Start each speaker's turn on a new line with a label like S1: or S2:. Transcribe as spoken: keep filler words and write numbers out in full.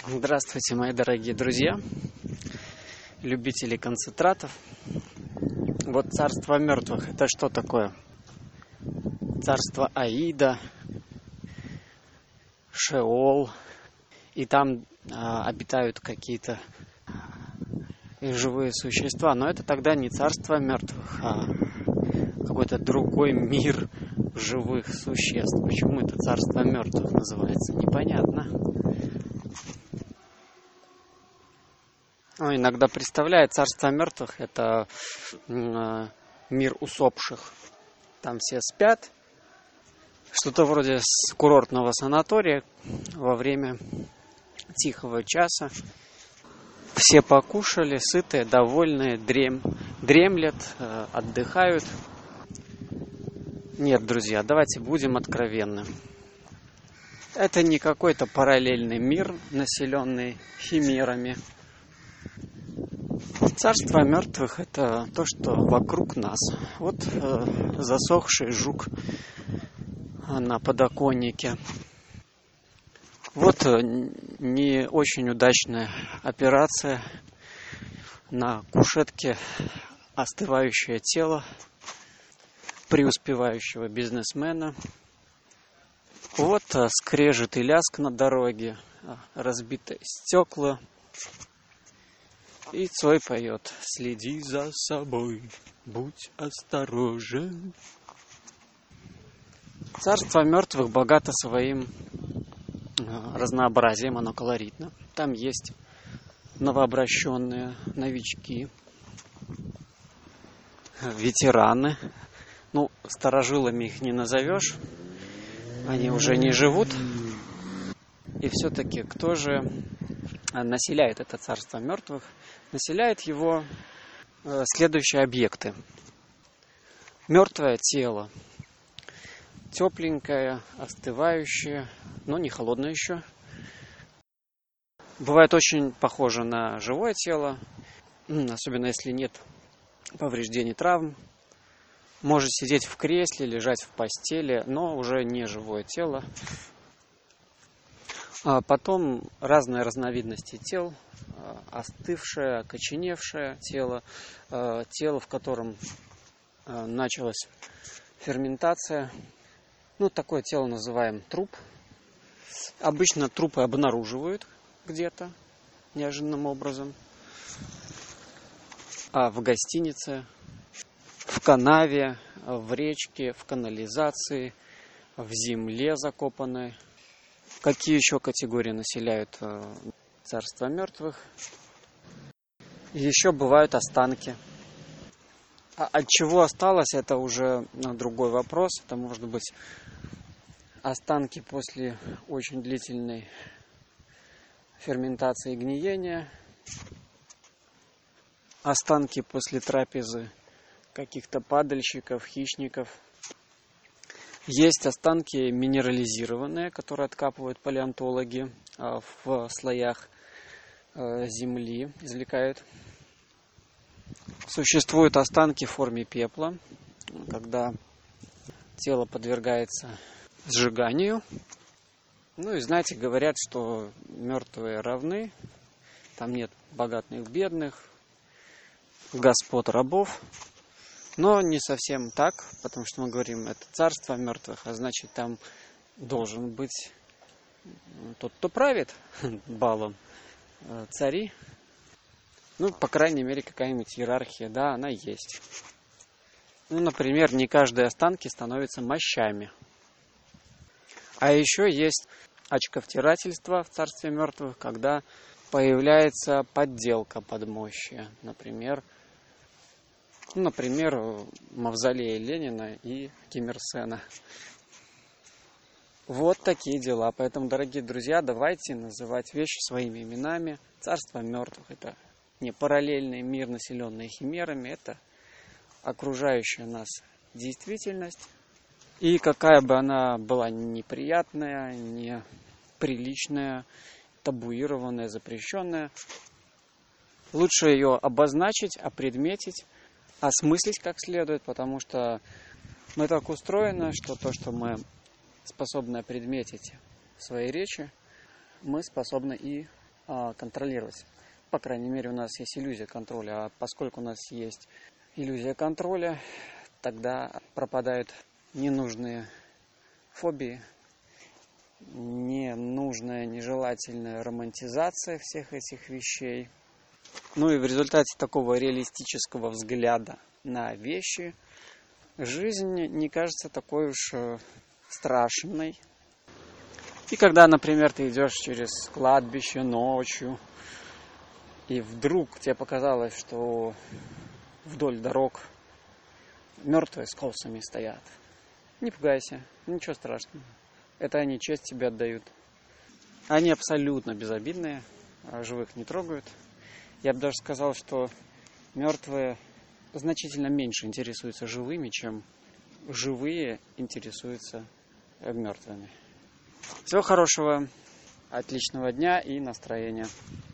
S1: Здравствуйте, мои дорогие друзья, любители концентратов. Вот царство мертвых — это что такое? Царство Аида, Шеол, и там а, обитают какие-то живые существа. Но это тогда не царство мертвых, а какой-то другой мир живых существ. Почему это царство мертвых называется, непонятно. Ну, иногда представляет царство мертвых — это э, мир усопших. Там все спят, что-то вроде курортного санатория во время тихого часа. Все покушали, сытые, довольные, дрем, дремлят, э, отдыхают. Нет, друзья, давайте будем откровенны. Это не какой-то параллельный мир, населенный химерами. Царство мертвых — это то, что вокруг нас. Вот э, засохший жук на подоконнике. Вот э, не очень удачная операция. На кушетке остывающее тело преуспевающего бизнесмена. Вот э, скрежет и лязг на дороге, разбитые стекла. И Цой поет: «Следи за собой, будь осторожен». Царство мертвых богато своим разнообразием, оно колоритно. Там есть новообращенные, новички, ветераны. Ну, старожилами их не назовешь, они уже не живут. И все-таки кто же населяет это царство мертвых? Населяет его э, следующие объекты. Мертвое тело. Тепленькое, остывающее, но не холодное еще. Бывает очень похоже на живое тело, особенно если нет повреждений, травм. Может сидеть в кресле, лежать в постели, но уже не живое тело. А потом разные разновидности тел. Остывшее, окоченевшее тело, тело, в котором началась ферментация. Ну, такое тело называем труп. Обычно трупы обнаруживают где-то неожиданным образом. А в гостинице, в канаве, в речке, в канализации, в земле закопанной. Какие еще категории населяют царство мертвых? Еще бывают останки. А от чего осталось, это уже другой вопрос. Это может быть останки после очень длительной ферментации и гниения, останки после трапезы каких-то падальщиков, хищников. Есть останки минерализированные, которые откапывают палеонтологи в слоях земли, извлекают. Существуют останки в форме пепла, когда тело подвергается сжиганию. Ну и знаете, говорят, что мертвые равны, там нет богатых, бедных, господ, рабов. Но не совсем так, потому что мы говорим, это царство мертвых, а значит, там должен быть тот, кто правит балом, цари. Ну, по крайней мере, какая-нибудь иерархия, да, она есть. Ну, например, не каждые останки становятся мощами. А еще есть очковтирательство в царстве мертвых, когда появляется подделка под мощи. Например, ну, например, мавзолей Ленина и Ким Ир Сена. Вот такие дела. Поэтому, дорогие друзья, давайте называть вещи своими именами. Царство мертвых — это не параллельный мир, населенный химерами, это окружающая нас действительность. И какая бы она была неприятная, неприличная, табуированная, запрещенная, лучше ее обозначить, опредметить, осмыслить как следует, потому что мы так устроены, что то, что мы способны опредметить в своей речи, мы способны и контролировать. По крайней мере, у нас есть иллюзия контроля. А поскольку у нас есть иллюзия контроля, тогда пропадают ненужные фобии, ненужная, нежелательная романтизация всех этих вещей. Ну и в результате такого реалистического взгляда на вещи жизнь не кажется такой уж страшной. И когда, например, ты идешь через кладбище ночью, и вдруг тебе показалось, что вдоль дорог мертвые с косами стоят, не пугайся, ничего страшного. Это они честь тебе отдают. Они абсолютно безобидные, живых не трогают. Я бы даже сказал, что мертвые значительно меньше интересуются живыми, чем живые интересуются мертвыми. Всего хорошего, отличного дня и настроения.